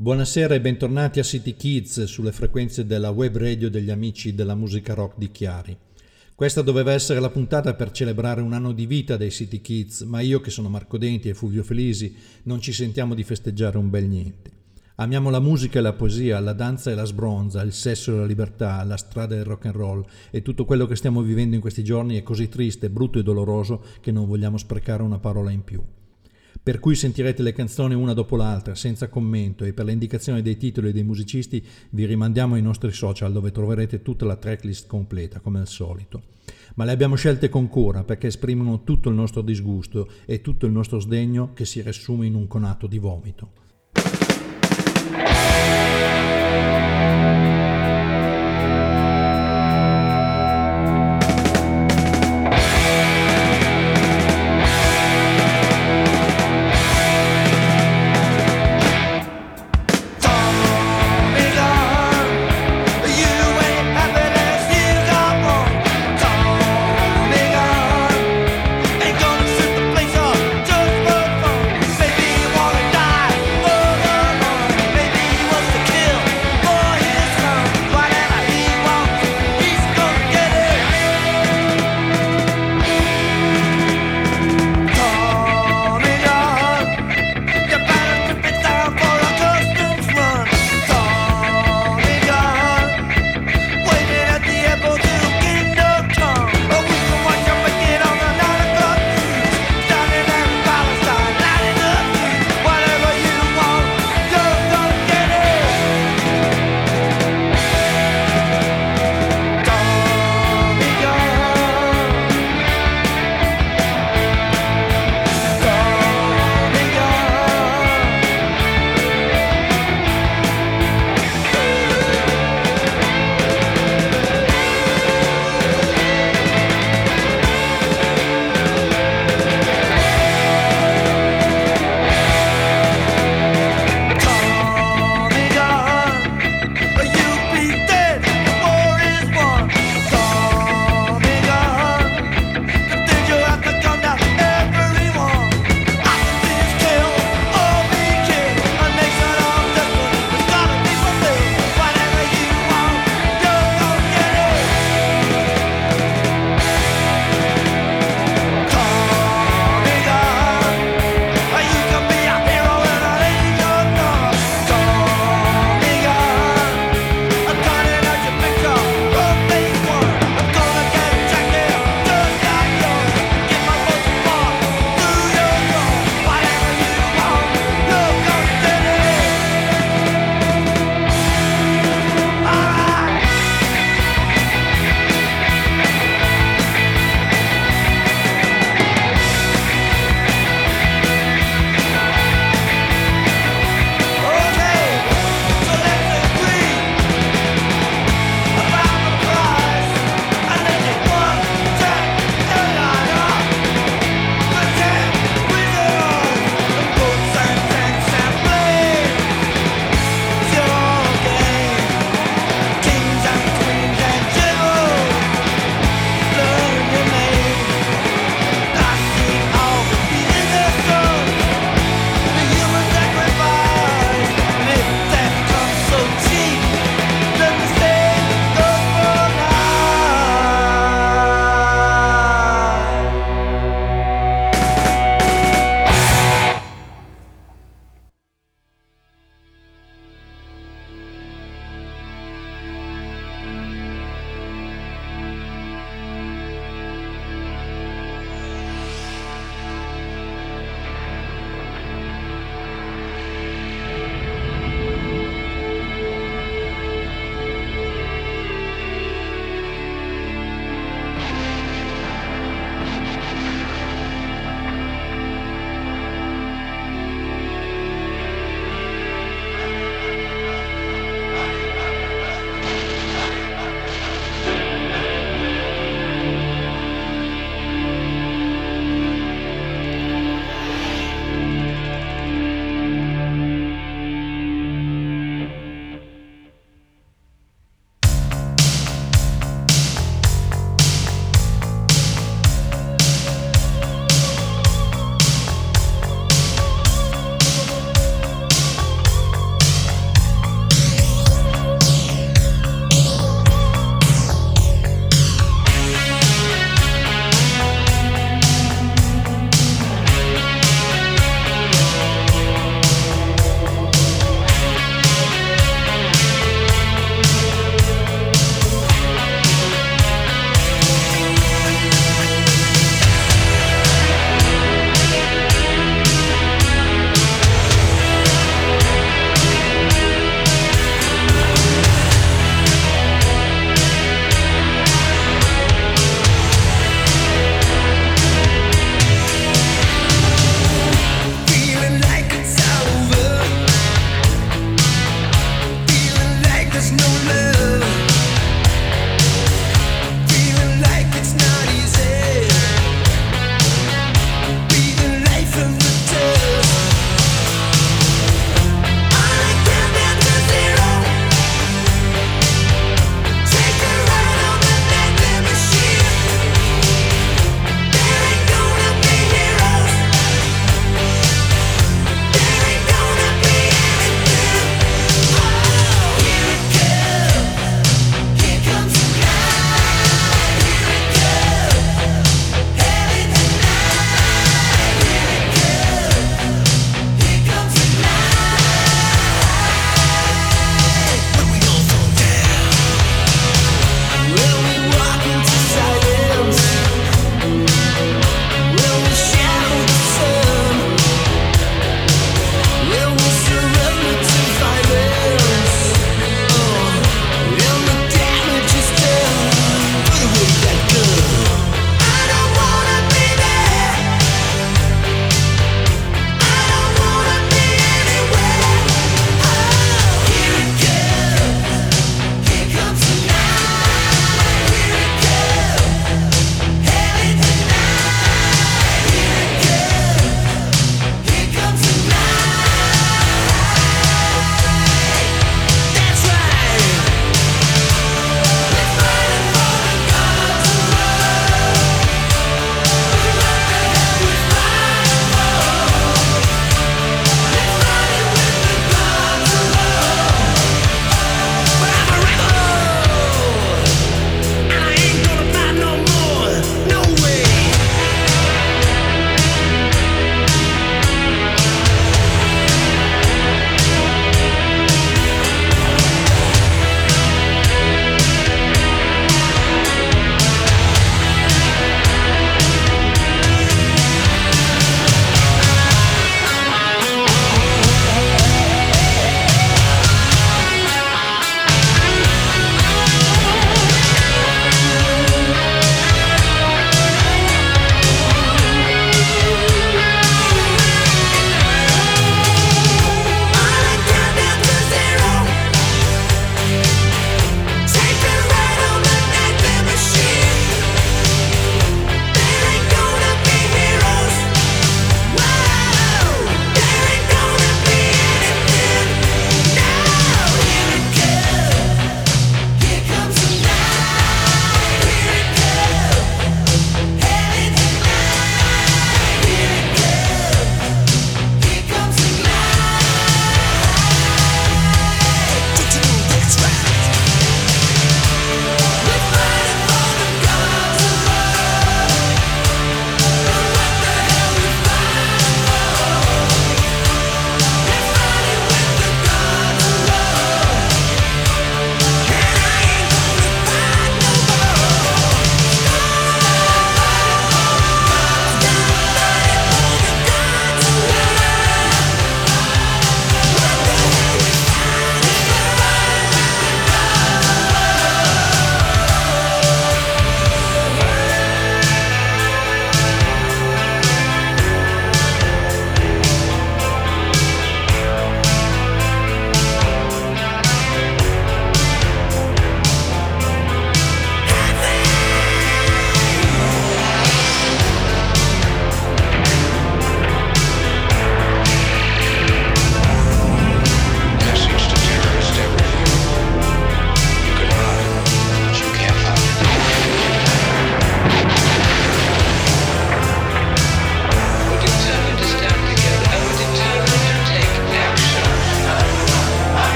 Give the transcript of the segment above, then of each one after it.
Buonasera e bentornati a City Kids sulle frequenze della web radio degli amici della musica rock di Chiari. Questa doveva essere la puntata per celebrare un anno di vita dei City Kids, ma io che sono Marco Denti e Fulvio Felisi non ci sentiamo di festeggiare un bel niente. Amiamo la musica e la poesia, la danza e la sbronza, il sesso e la libertà, la strada e il rock and roll, e tutto quello che stiamo vivendo in questi giorni è così triste, brutto e doloroso che non vogliamo sprecare una parola in più. Per cui sentirete le canzoni una dopo l'altra, senza commento, e per le indicazioni dei titoli e dei musicisti vi rimandiamo ai nostri social dove troverete tutta la tracklist completa, come al solito. Ma le abbiamo scelte con cura perché esprimono tutto il nostro disgusto e tutto il nostro sdegno che si riassume in un conato di vomito. Ain't gonna shoot the place up just for fun. Baby, you wanna die?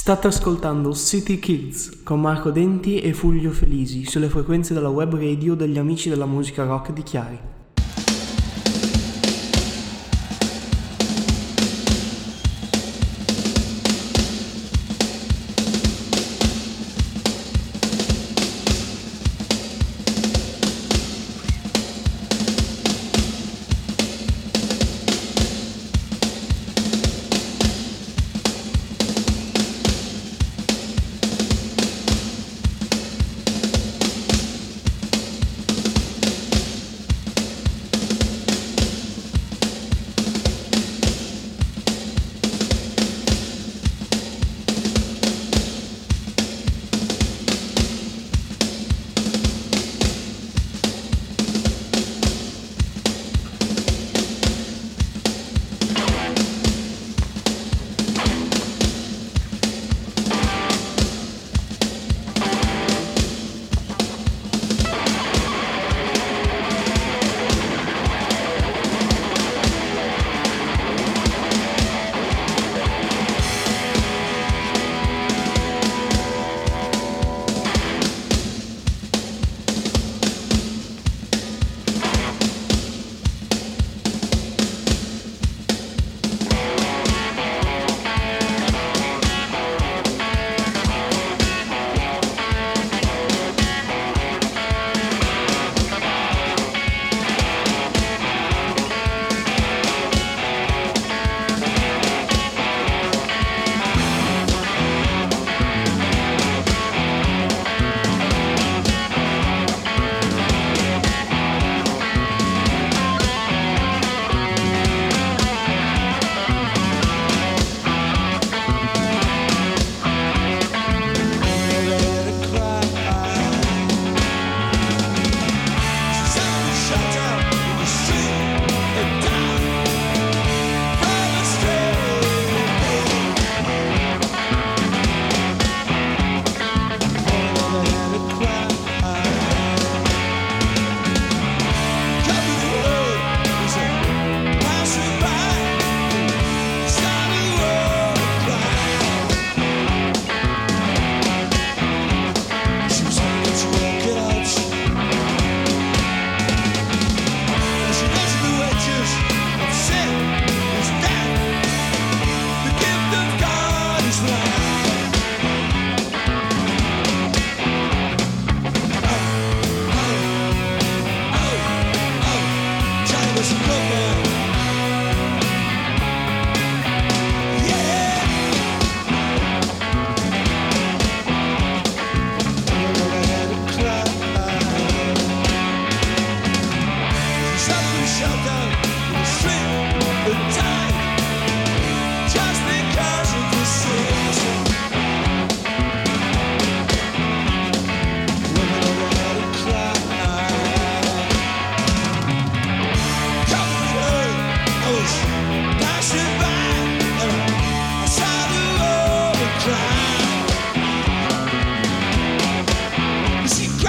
State ascoltando City Kids con Marco Denti e Fulvio Felisi sulle frequenze della web radio degli amici della musica rock di Chiari.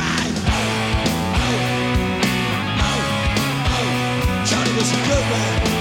Johnny was a good man.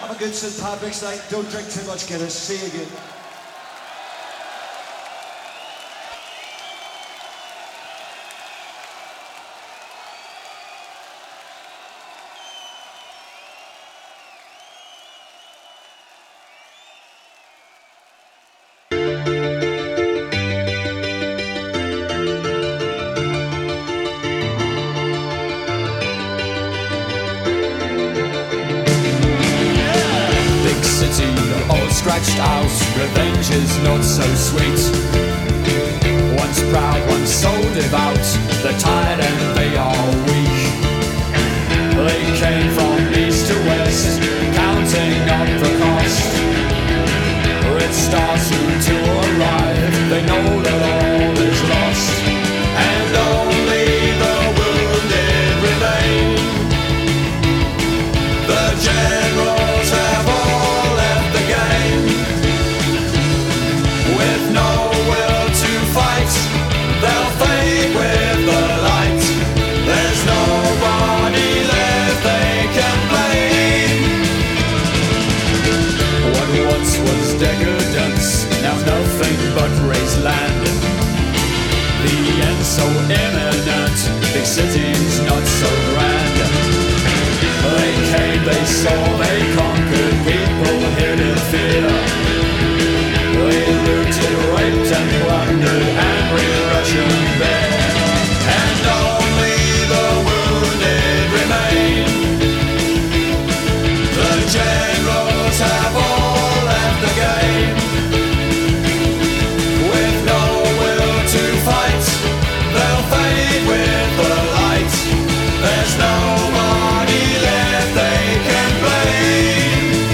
Have a good St. Patrick's night. Don't drink too much Guinness. See you again. Scratched out, revenge is not so sweet. Once proud, once so devout, they're tired and they are weak. They came from east to west, counting up the cost. It starts to arrive, they know that all is lost, and only the wounded remain. The generals have all left the game. With no will to fight, they'll fade with the light. There's nobody left they can blame. What once was decadence, now nothing but raised land. The end so imminent, big cities not so grand. They came, they saw, they conquered, people hid in fear. They looted, raped and plundered every Russian bear. And only the wounded remain. The generals have all left the game. With no will to fight, they'll fade with the light. There's nobody left they can blame.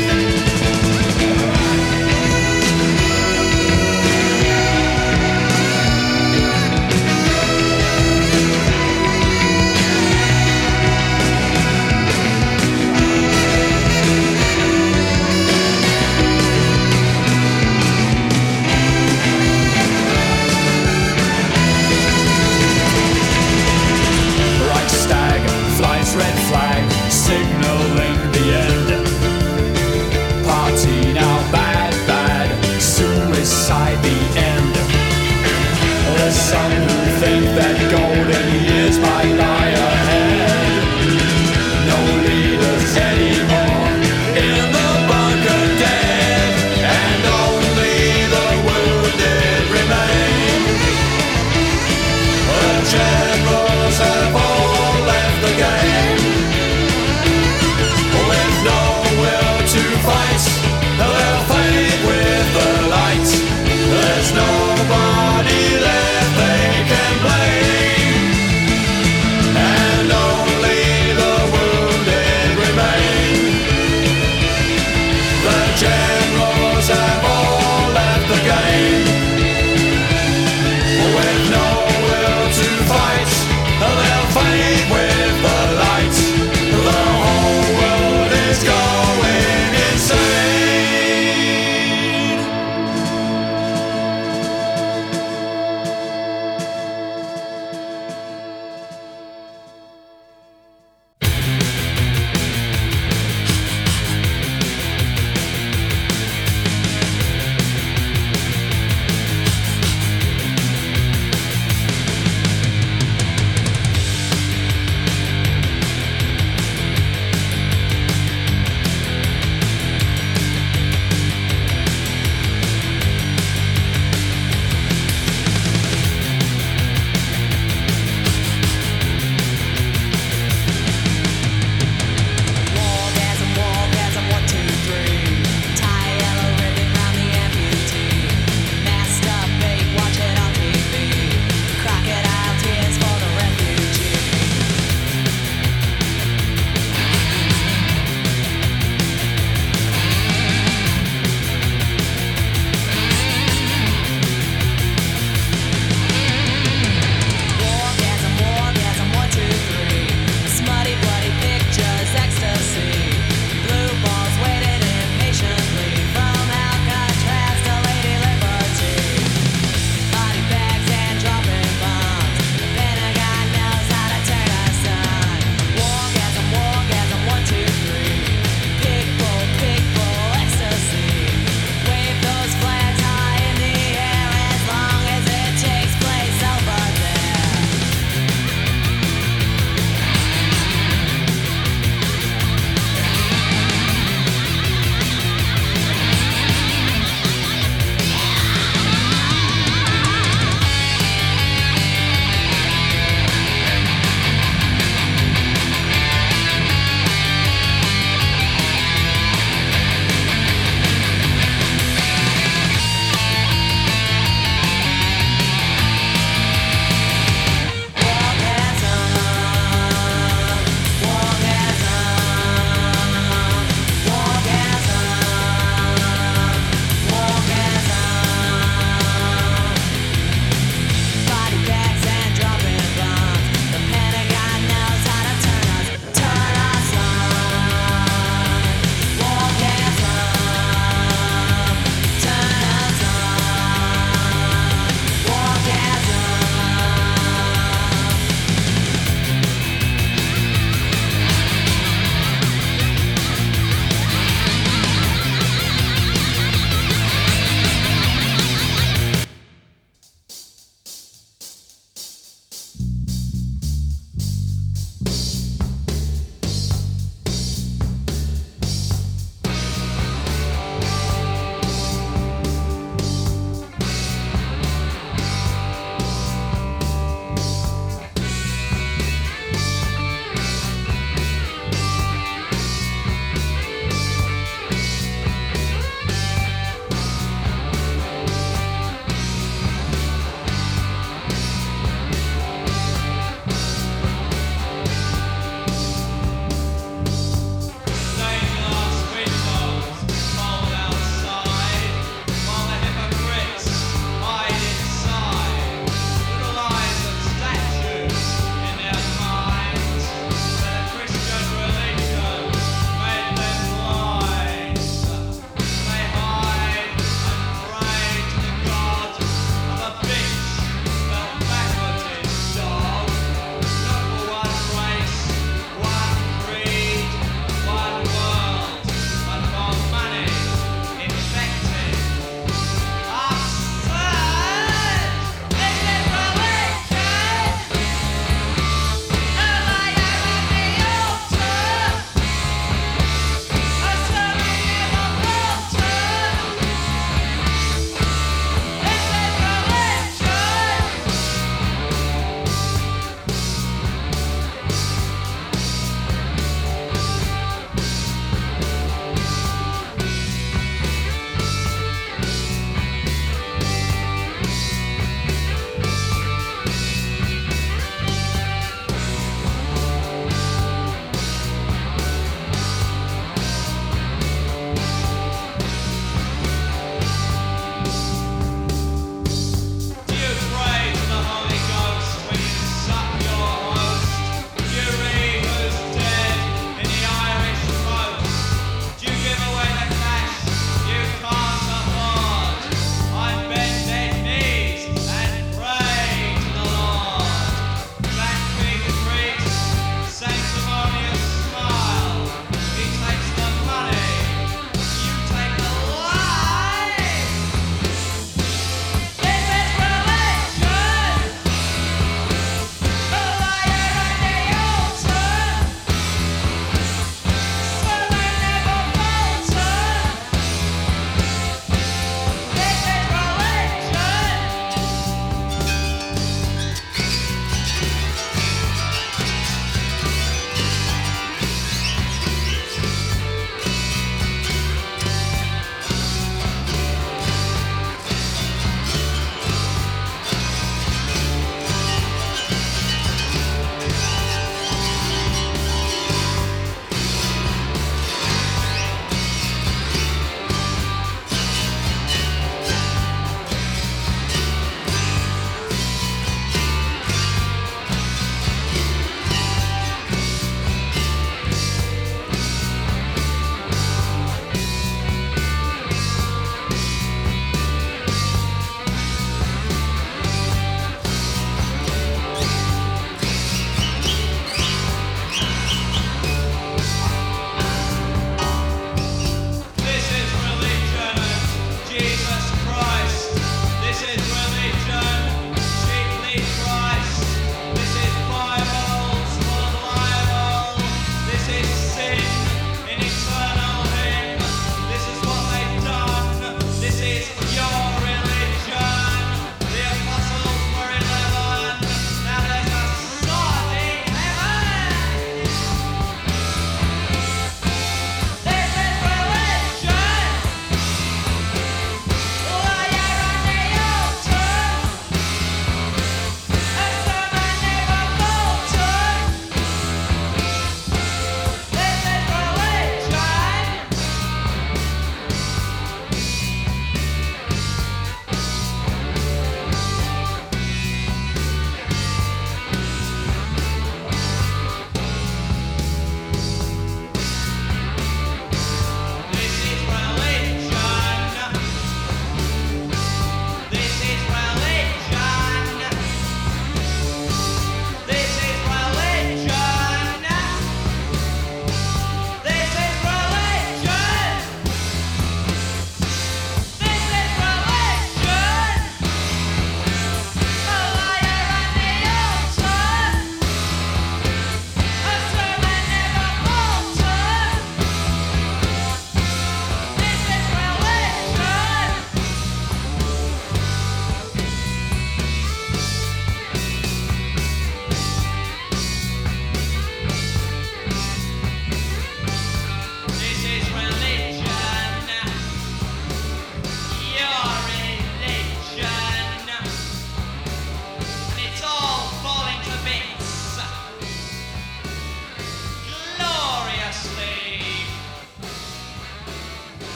Red flag signaling the end. Party now bad, bad, suicide the end. There's some who think that golden years might lie ahead. No leaders anymore in the bunker dead, and only the wounded remain. The generals have all left the game. With no will to fight, they'll fade with the light. There's nobody left they can blame, and only the wounded remain. The generals have all left the game. With no will to fight, they'll fade with the light. The whole world is going insane.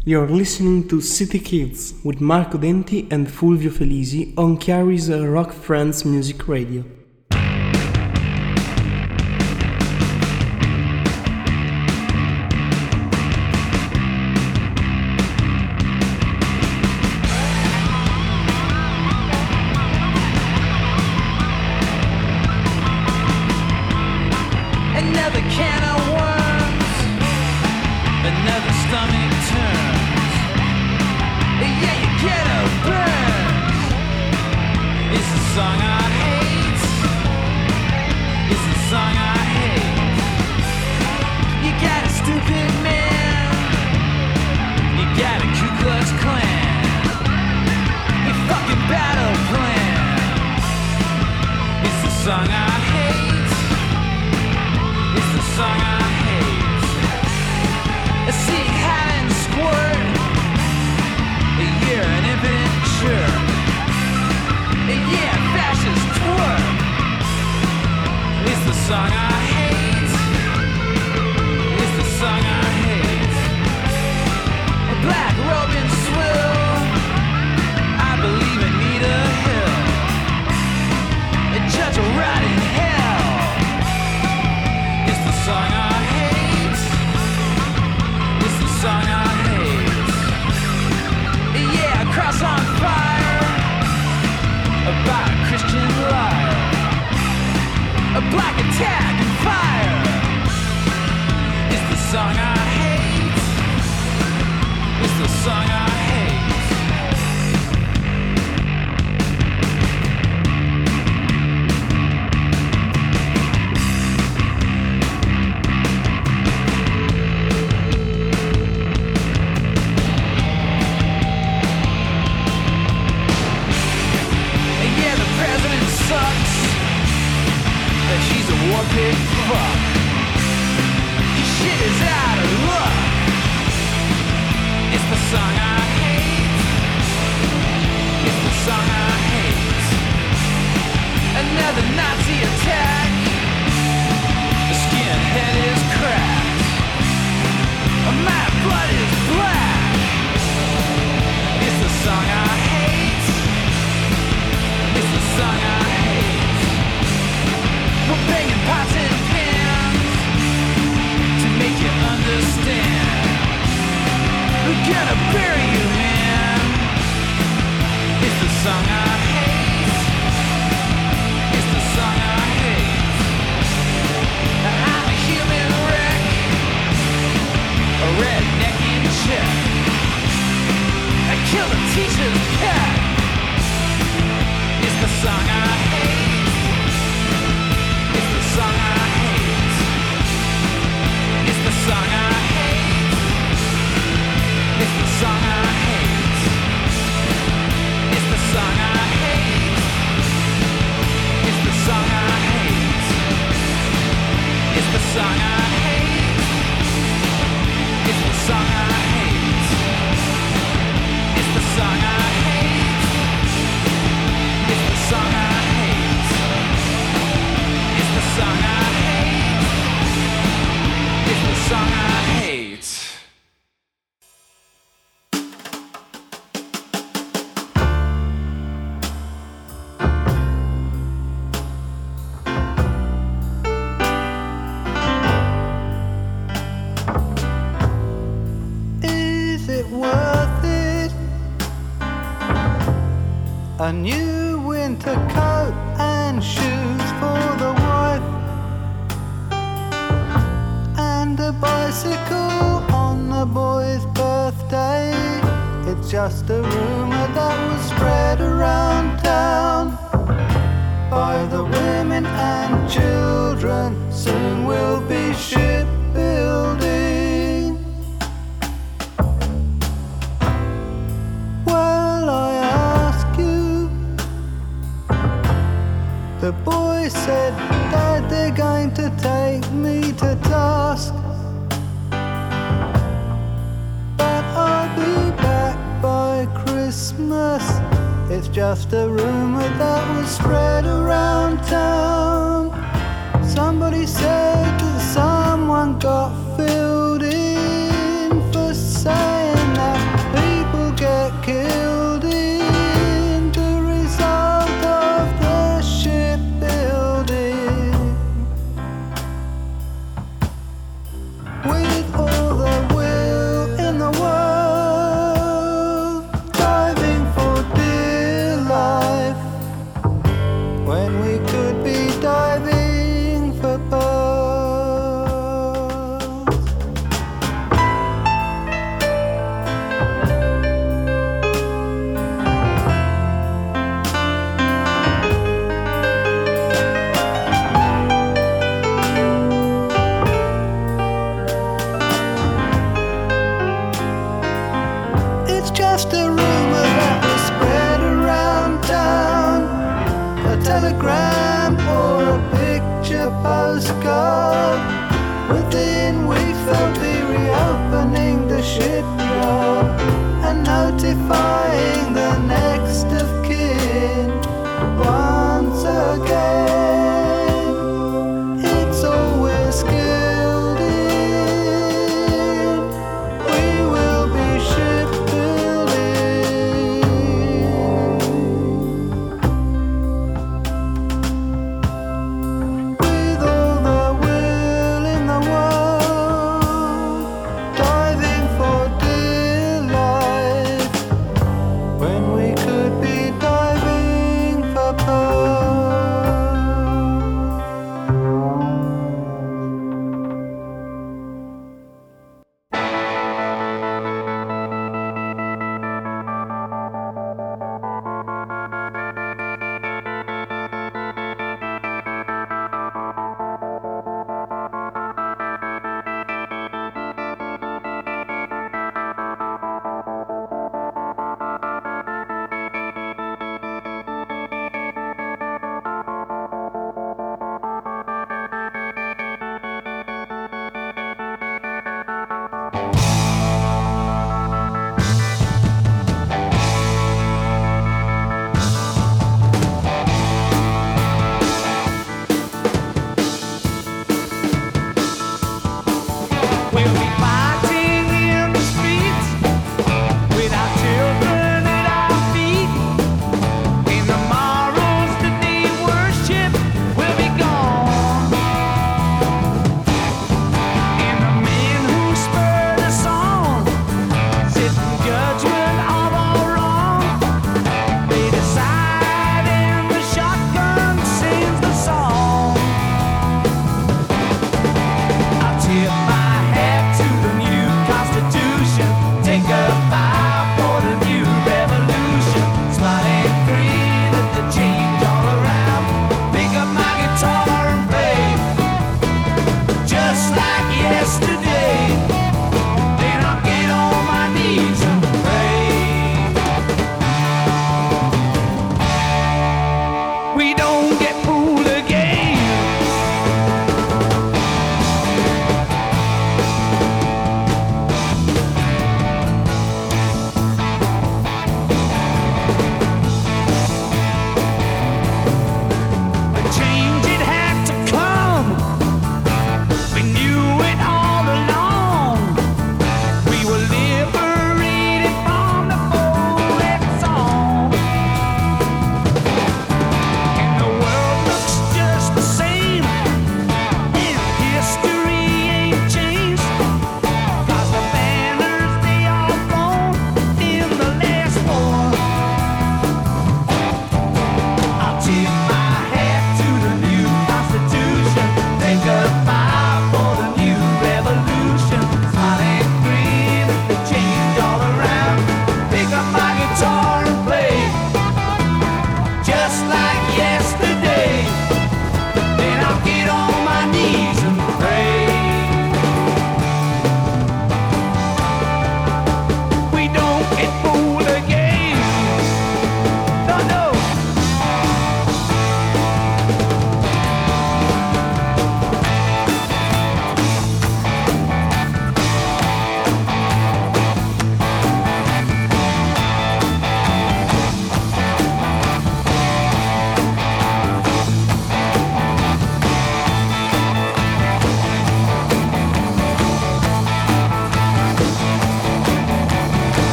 You're listening to City Kids with Marco Denti and Fulvio Felisi on Chiari's Rock Friends Music Radio. Another can of worms, another stomach turns. Yeah, you get a burn. It's the song I hate. It's the song I hate. You got a stupid man. You got a Ku Klux Klan. Your fucking battle plan. It's the song I hate. It's the song I hate. I see Helen squirt. You're an impotent jerk. Yeah, fascist twerk. It's the song I hate. It's the song I hate. A black Robin swill. I believe in Nita Hill. A judge will rot in hell. It's the song I hate. It's the song I hate. Yeah, a cross on fire. About a Christian liar. A black attack and fire. It's the song I hate. It's the song I hate. Yeah, the president sucks, but she's a war pig fuck. Your shit is out of luck. It's the song I hate. It's the song I hate. Another Nazi attack. The skinhead is cracked. My blood is black. It's the song I hate. It's the song I hate. We're banging pots and pans to make you understand. We're gonna bury you, man. It's the song I hate. It's the song I hate. I'm a human wreck, a redneck in check. I killed a teacher's cat. It's the song I hate. It's the song I hate. It's the song I hate. It's the song I hate. It's the song I hate. It's the song I hate. It's the song I hate. It's the song I hate. It's the song I hate. It's the song I hate. It's the song I hate. It's the song I hate. Is it worth it? A new winter coat and shoes for the wife, and a bicycle on the boy's birthday. It's just a rumor that was spread around town by the women and children. Soon we'll be shipbuilding. Well, I ask you, the boy said, Dad, they're going to take me to task, but I'll be back by Christmas. It's just a rumor that was spread around town. Somebody said that someone got filled